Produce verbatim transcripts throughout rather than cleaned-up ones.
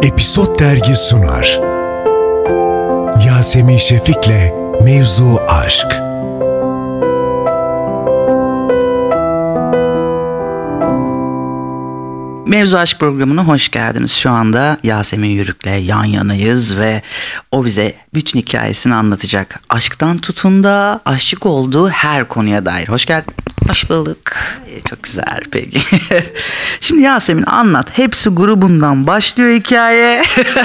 Episod Dergi sunar. Yasemin Şefik'le Mevzu Aşk. Mevzu Aşk programına hoş geldiniz. Şu anda Yasemin Yürük'le yan yanayız ve o bize bütün hikayesini anlatacak. Aşktan tutun da aşık olduğu her konuya dair. Hoş geldin. Hoş bulduk. Ee, çok güzel peki. Şimdi Yasemin anlat. Hepsi grubundan başlıyor hikaye.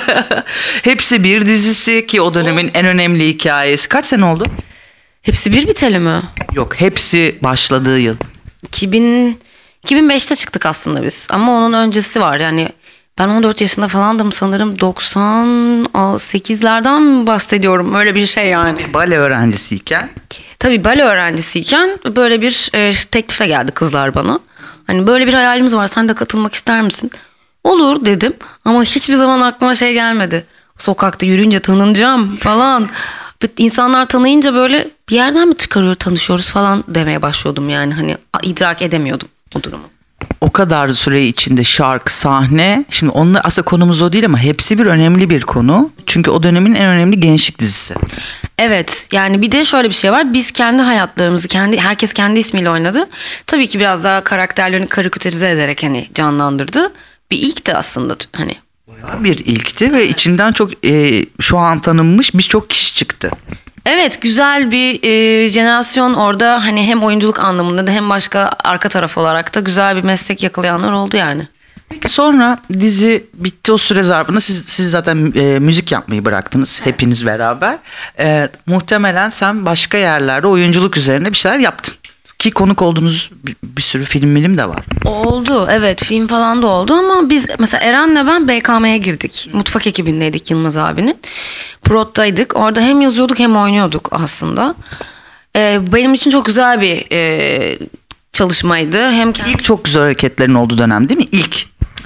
Hepsi bir dizisi ki o dönemin en önemli hikayesi. Kaç sene oldu? Hepsi bir biteli mi? Yok, hepsi başladığı yıl. iki bin, iki bin beşte çıktık aslında biz. Ama onun öncesi var. Yani ben on dört yaşında falandım sanırım. doksan sekizlerden bahsediyorum. Öyle bir şey yani. Bale öğrencisiyken. Tabii bale öğrencisiyken böyle bir e, teklifle geldi kızlar bana. Hani böyle bir hayalimiz var, sen de katılmak ister misin? Olur dedim ama hiçbir zaman aklıma şey gelmedi. Sokakta yürüyünce tanınacağım falan. İnsanlar tanıyınca böyle bir yerden mi çıkarıyor tanışıyoruz falan demeye başlıyordum yani. Hani idrak edemiyordum bu durumu. O kadar süre içinde şarkı, sahne. Şimdi onunla aslında konumuz o değil ama hepsi bir önemli bir konu. Çünkü o dönemin en önemli gençlik dizisi. Evet, yani bir de şöyle bir şey var. Biz kendi hayatlarımızı kendi herkes kendi ismiyle oynadı. Tabii ki biraz daha karakterlerini karikatürize ederek hani canlandırdı. Bir ilkti aslında hani. Bayağı bir ilkti ve içinden çok e, şu an tanınmış birçok kişi çıktı. Evet, güzel bir e, jenerasyon orada hani hem oyunculuk anlamında da hem başka arka taraf olarak da güzel bir meslek yakalayanlar oldu yani. Peki sonra dizi bitti, o süre zarfında siz, siz zaten e, müzik yapmayı bıraktınız hepiniz beraber. E, muhtemelen sen başka yerlerde oyunculuk üzerine bir şeyler yaptın. Ki konuk olduğunuz bir, bir sürü film film de var. Oldu, evet, film falan da oldu ama biz mesela Eren'le ben B K M'ye girdik. Mutfak ekibindeydik Yılmaz abinin. Prot'taydık. Orada hem yazıyorduk hem oynuyorduk aslında. Ee, benim için çok güzel bir e, çalışmaydı. Hem kendi... İlk çok güzel hareketlerin olduğu dönem değil mi? İlk.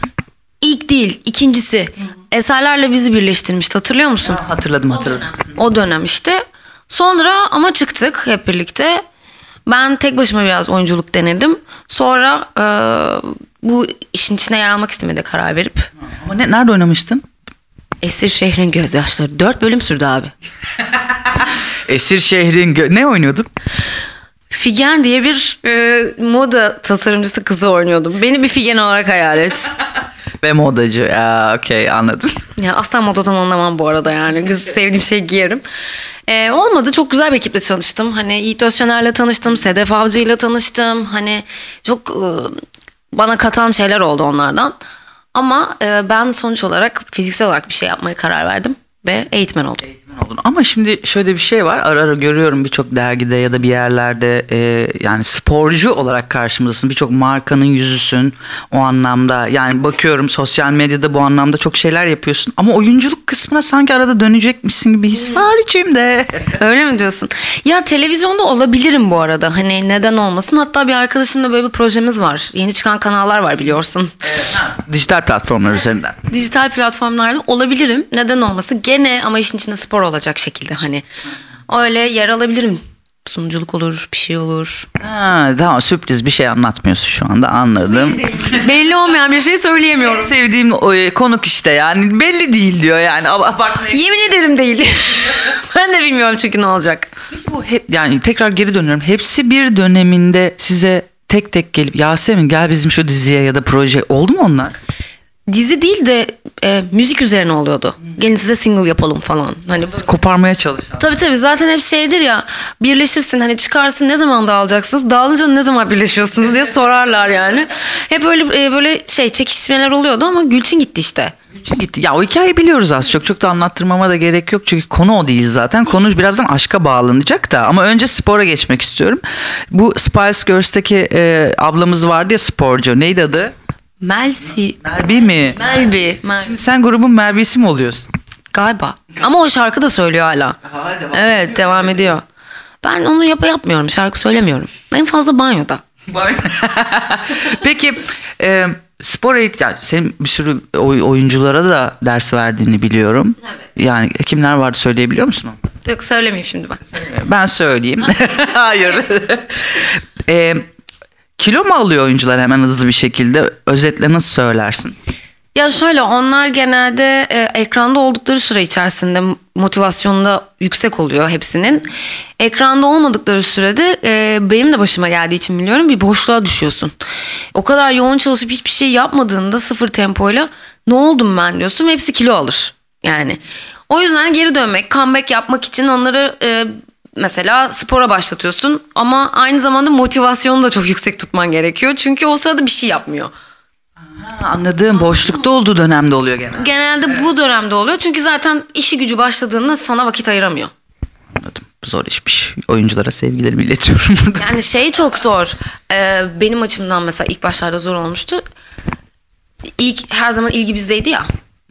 İlk değil, ikincisi. Eserlerle bizi birleştirmişti, hatırlıyor musun? Ha, hatırladım hatırladım. O dönem işte. Sonra ama çıktık hep birlikte. Ben tek başıma biraz oyunculuk denedim. Sonra e, bu işin içine yer almak istemedi karar verip. Ama ne, nerede oynamıştın? Esir Şehrin Gözyaşları. Dört bölüm sürdü abi. Esir Şehrin gö- ne oynuyordun? Figen diye bir e, moda tasarımcısı kızı oynuyordum. Beni bir Figen olarak hayal et. Ve modacı. Ya okey, anladım. Ya asla modadan anlamam bu arada yani. Güzel, sevdiğim şey giyerim. Ee, olmadı, çok güzel bir ekiple çalıştım. Hani Yiğit Özşener'le tanıştım, Sedef Avcı'yla tanıştım. Hani çok e, bana katan şeyler oldu onlardan. Ama e, ben sonuç olarak fiziksel olarak bir şey yapmaya karar verdim ve eğitmen oldum. Eğitmen oldun. Ama şimdi şöyle bir şey var. Ara ara görüyorum birçok dergide ya da bir yerlerde e, yani sporcu olarak karşımızdasın. Birçok markanın yüzüsün o anlamda. Yani bakıyorum sosyal medyada bu anlamda çok şeyler yapıyorsun. Ama oyunculuk kısmına sanki arada dönecekmişsin gibi his var içimde. Öyle mi diyorsun? Ya televizyonda olabilirim bu arada. Hani neden olmasın? Hatta bir arkadaşımla böyle bir projemiz var. Yeni çıkan kanallar var biliyorsun. Dijital platformlar üzerinden. Dijital platformlarda olabilirim. Neden olmasın? Gene ama işin içinde spor olacak şekilde hani. Öyle yer alabilirim. Sunuculuk olur, bir şey olur. Ha, tamam, sürpriz bir şey anlatmıyorsun şu anda, anladım. Belli olmayan bir şey söyleyemiyorum. Sevdiğim o, e, konuk işte yani belli değil diyor yani. Abartmaya... Yemin ederim değil. Ben de bilmiyorum çünkü ne olacak. Bu hep yani tekrar geri dönüyorum. Hepsi bir döneminde size tek tek gelip Yasemin gel bizim şu diziye ya da proje oldu mu onlar? Dizi değil de e, müzik üzerine oluyordu. Gelin size single yapalım falan. Hani koparmaya çalışan. Tabii tabii, zaten hep şeydir ya, birleşirsin hani çıkarsın, ne zaman dağılacaksınız, dağılınca ne zaman birleşiyorsunuz diye sorarlar yani. Hep öyle e, böyle şey çekişmeler oluyordu ama Gülçin gitti işte. Gülçin gitti. Ya o hikayeyi biliyoruz az çok. Çok da anlattırmama da gerek yok. Çünkü konu o değil zaten. Konu birazdan aşka bağlanacak da. Ama önce spora geçmek istiyorum. Bu Spice Girls'teki e, ablamız vardı ya, sporcu. Neydi adı? Melsi. Melbi mi? Melbi. Mel- Şimdi sen grubun Melbi'si mi oluyorsun? Galiba. Ama o şarkı da söylüyor hala. Ha, devam Evet ediyor. Devam ediyor. Ben onu yap yapmıyorum. Şarkı söylemiyorum. En fazla banyoda. Peki e, spor eğit yani senin bir sürü oy- oyunculara da ders verdiğini biliyorum. Evet. Yani kimler vardı, söyleyebiliyor musun? Yok, söylemeyeyim şimdi ben. Ben söyleyeyim. Hayır. e, kilo mu alıyor oyuncular hemen hızlı bir şekilde? Özetle nasıl söylersin? Ya şöyle, onlar genelde e, ekranda oldukları süre içerisinde motivasyonu da yüksek oluyor hepsinin. Ekranda olmadıkları sürede e, benim de başıma geldiği için biliyorum, bir boşluğa düşüyorsun. O kadar yoğun çalışıp hiçbir şey yapmadığında sıfır tempoyla ne oldum ben diyorsun ve hepsi kilo alır yani. O yüzden geri dönmek, comeback yapmak için onları e, mesela spora başlatıyorsun ama aynı zamanda motivasyonu da çok yüksek tutman gerekiyor. Çünkü o sırada bir şey yapmıyor. Ha, anladığım boşlukta olduğu dönemde oluyor genelde. Genelde bu dönemde oluyor. Çünkü zaten işi gücü başladığında sana vakit ayıramıyor. Anladım. Zor işmiş. Oyunculara sevgilerimi iletiyorum burada. Yani şey çok zor. Ee, benim açımdan mesela ilk başlarda zor olmuştu. İlk her zaman ilgi bizdeydi ya.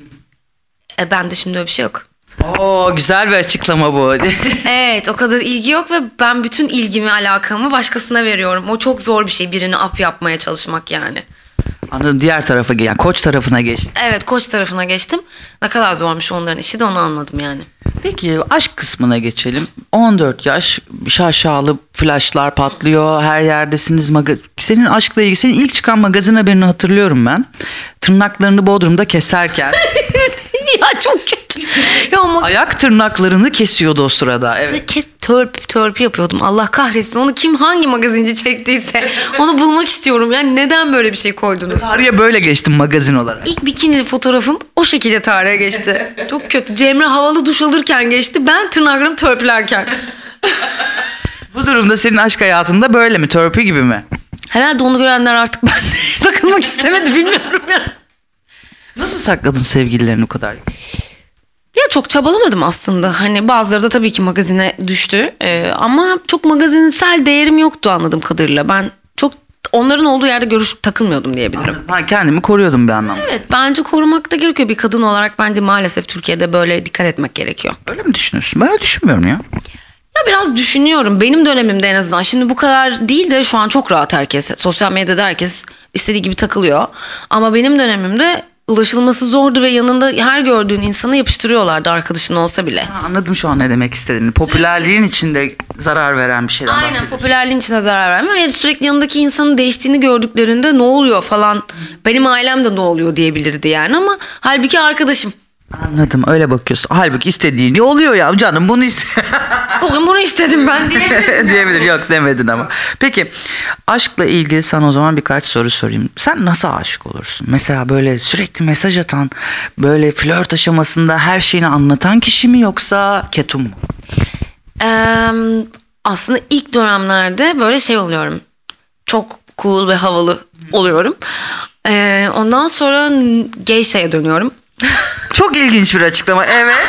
E, ben de şimdi öyle bir şey yok. Oo, güzel bir açıklama bu. Evet, o kadar ilgi yok ve ben bütün ilgimi, alakamı başkasına veriyorum. O çok zor bir şey, birini up yapmaya çalışmak yani. Anladım, diğer tarafa yani koç tarafına geçti. Evet, koç tarafına geçtim. Ne kadar zormuş onların işi de onu anladım yani. Peki aşk kısmına geçelim. on dört yaş, şaşalı flaşlar patlıyor. Her yerdesiniz. Maga- senin aşkla ilgili, senin ilk çıkan magazin haberini hatırlıyorum ben. Tırnaklarını Bodrum'da keserken. Ya çok kötü. Ya ama Ayak tırnaklarını kesiyordu o sırada. Evet. kes, törp, törpü yapıyordum. Allah kahretsin. Onu kim hangi magazinci çektiyse onu bulmak istiyorum. Yani neden böyle bir şey koydunuz? Tarihe böyle geçtim magazin olarak. İlk bikinili fotoğrafım o şekilde tarihe geçti. Çok kötü. Cemre havalı duş alırken geçti. Ben tırnaklarımı törpülerken. Bu durumda senin aşk hayatında böyle mi? Törpü gibi mi? Herhalde onu görenler artık ben takılmak istemedi, bilmiyorum ya. Nasıl sakladın sevgililerini o kadar? Ya çok çabalamadım aslında. Hani bazıları da tabii ki magazine düştü. Ee, ama çok magazinsel değerim yoktu anladığım kadarıyla. Ben çok onların olduğu yerde görüş takılmıyordum diyebilirim. Ha, kendimi koruyordum bir anlamda. Evet, bence korumak da gerekiyor. Bir kadın olarak bence maalesef Türkiye'de böyle dikkat etmek gerekiyor. Öyle mi düşünüyorsun? Ben öyle düşünmüyorum ya. Ya biraz düşünüyorum. Benim dönemimde en azından. Şimdi bu kadar değil de şu an çok rahat herkes. Sosyal medyada herkes istediği gibi takılıyor. Ama benim dönemimde ulaşılması zordu ve yanında her gördüğün insanı yapıştırıyorlardı, arkadaşın olsa bile. Ha, anladım şu an ne demek istediğini. Popülerliğin içinde zarar veren bir şeyden Aynen, bahsediyorsun. popülerliğin içine zarar vermiyor. Yani sürekli yanındaki insanın değiştiğini gördüklerinde ne oluyor falan. Benim ailem de ne oluyor diyebilirdi yani, ama halbuki arkadaşım. Anladım, öyle bakıyorsun. Halbuki istediğini oluyor ya canım, bunu iste. Bugün bunu istedim ben diyebilirim. Diyebilir, yok demedin ama. Peki aşkla ilgili sana o zaman birkaç soru sorayım. Sen nasıl aşık olursun? Mesela böyle sürekli mesaj atan, böyle flört aşamasında her şeyini anlatan kişi mi, yoksa ketum mu? Ee, aslında ilk dönemlerde böyle şey oluyorum. Çok cool ve havalı oluyorum. Ee, ondan sonra geyşaya dönüyorum. Çok ilginç bir açıklama. Evet.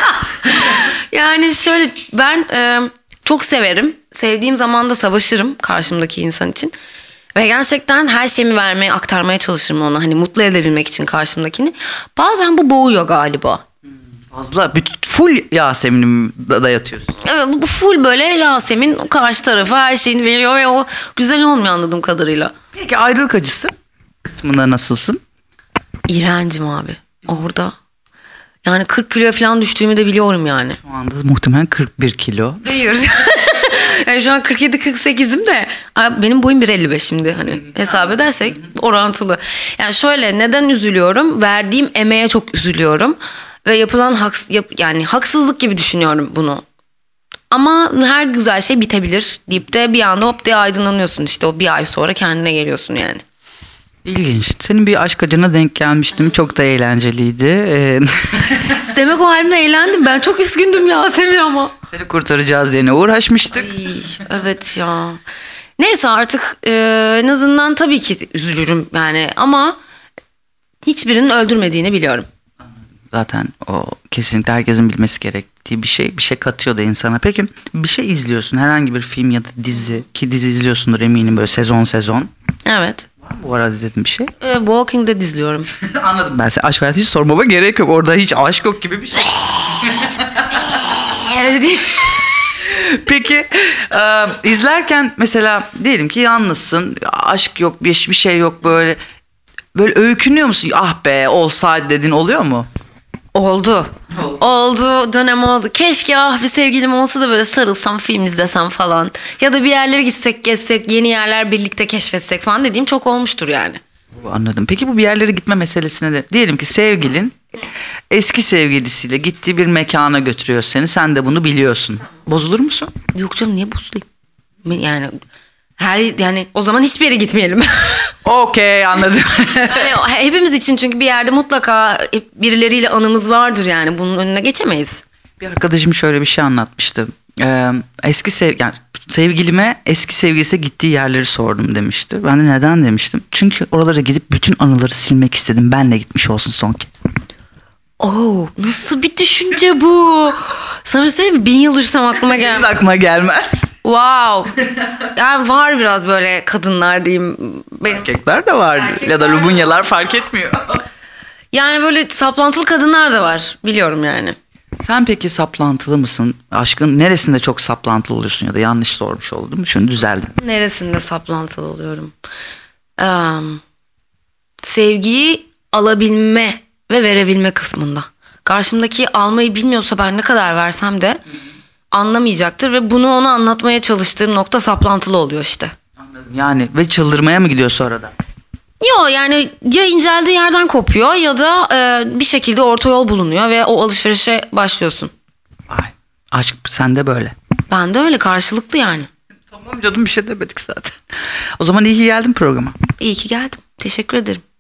Yani şöyle, ben e, çok severim. Sevdiğim zaman da savaşırım karşımdaki insan için. Ve gerçekten her şeyimi vermeye, aktarmaya çalışırım ona. Hani mutlu edebilmek için karşımdakini. Bazen bu boğuyor galiba. Fazla full Yasemin'im da dayatıyorsun. Evet, bu full böyle Yasemin karşı tarafa her şeyini veriyor ve o güzel olmuyor anladığım kadarıyla. Peki ayrılık acısı kısmında nasılsın? İğrencim abi orada. Yani kırk kilo falan düştüğümü de biliyorum yani. Şu anda muhtemelen kırk bir kilo. Hayır. Yani şu an kırk yedi kırk sekizim de benim boyum bir elli beş şimdi, hani hesap edersek orantılı. Yani şöyle, neden üzülüyorum? Verdiğim emeğe çok üzülüyorum ve yapılan haks yap yani haksızlık gibi düşünüyorum bunu. Ama her güzel şey bitebilir deyip de bir anda hop diye aydınlanıyorsun, işte o bir ay sonra kendine geliyorsun yani. İlginç. Senin bir aşk acına denk gelmiştim. Çok da eğlenceliydi. Ee, Demek o halimde eğlendim. Ben çok üzgündüm Yasemin ama. Seni kurtaracağız diye ne uğraşmıştık. Ay, evet ya. Neyse artık e, en azından tabii ki üzülürüm yani, ama hiçbirinin öldürmediğini biliyorum. Zaten o kesinlikle herkesin bilmesi gerektiği bir şey. Bir şey katıyor da insana. Peki bir şey izliyorsun. Herhangi bir film ya da dizi. Ki dizi izliyorsundur eminim, böyle sezon sezon. Evet. Var mı bu arada izlediğin bir şey? E, Walking Dead izliyorum. Anladım ben. Sen aşk hayatı hiç sormama gerek yok. Orada hiç aşk yok gibi bir şey. Peki e, izlerken mesela diyelim ki yalnızsın. Aşk yok, bir, bir şey yok böyle. Böyle öykünüyor musun? Ah be olsaydı dediğin oluyor mu? Oldu. Oldu. Dönem oldu. Keşke ah bir sevgilim olsa da böyle sarılsam, film izlesem falan. Ya da bir yerlere gitsek, gezsek, yeni yerler birlikte keşfetsek falan dediğim çok olmuştur yani. Anladım. Peki bu bir yerlere gitme meselesine de diyelim ki sevgilin eski sevgilisiyle gittiği bir mekana götürüyor seni. Sen de bunu biliyorsun. Bozulur musun? Yok canım, niye bozulayım? Ben- Yani her yani o zaman hiçbir yere gitmeyelim. Okey, anladım. Yani hepimiz için, çünkü bir yerde mutlaka birileriyle anımız vardır yani. Bunun önüne geçemeyiz. Bir arkadaşım şöyle bir şey anlatmıştı. Ee, eski sev yani sevgilime eski sevgilisi gittiği yerleri sordum demişti. Ben de neden demiştim. Çünkü oralara gidip bütün anıları silmek istedim. Benle gitmiş olsun son kez. Oo, nasıl bir düşünce bu? Sana bir şey söyleyeyim mi? Bin yıl düşsem aklıma Benim gelmez. de aklıma gelmez. Wow. Yani var biraz böyle kadınlar diyeyim. Benim. Erkekler de var. Erkekler Ya da de lubunyalar fark etmiyor. Yani böyle saplantılı kadınlar da var. Biliyorum yani. Sen peki saplantılı mısın? Aşkın neresinde çok saplantılı oluyorsun ya da yanlış sormuş oldum. Şunu düzeldim. Neresinde saplantılı oluyorum? Ee, sevgiyi alabilme ve verebilme kısmında. Karşımdaki almayı bilmiyorsa ben ne kadar versem de anlamayacaktır ve bunu ona anlatmaya çalıştığım nokta saplantılı oluyor işte. Anladım. Yani ve çıldırmaya mı gidiyor sonradan? Yo, yani ya inceldiği yerden kopuyor ya da e, bir şekilde orta yol bulunuyor ve o alışverişe başlıyorsun. Vay. Aşk sende böyle. Ben de öyle, karşılıklı yani. Tamam canım, bir şey demedik zaten. O zaman iyi ki geldin programa. İyi ki geldim. Teşekkür ederim.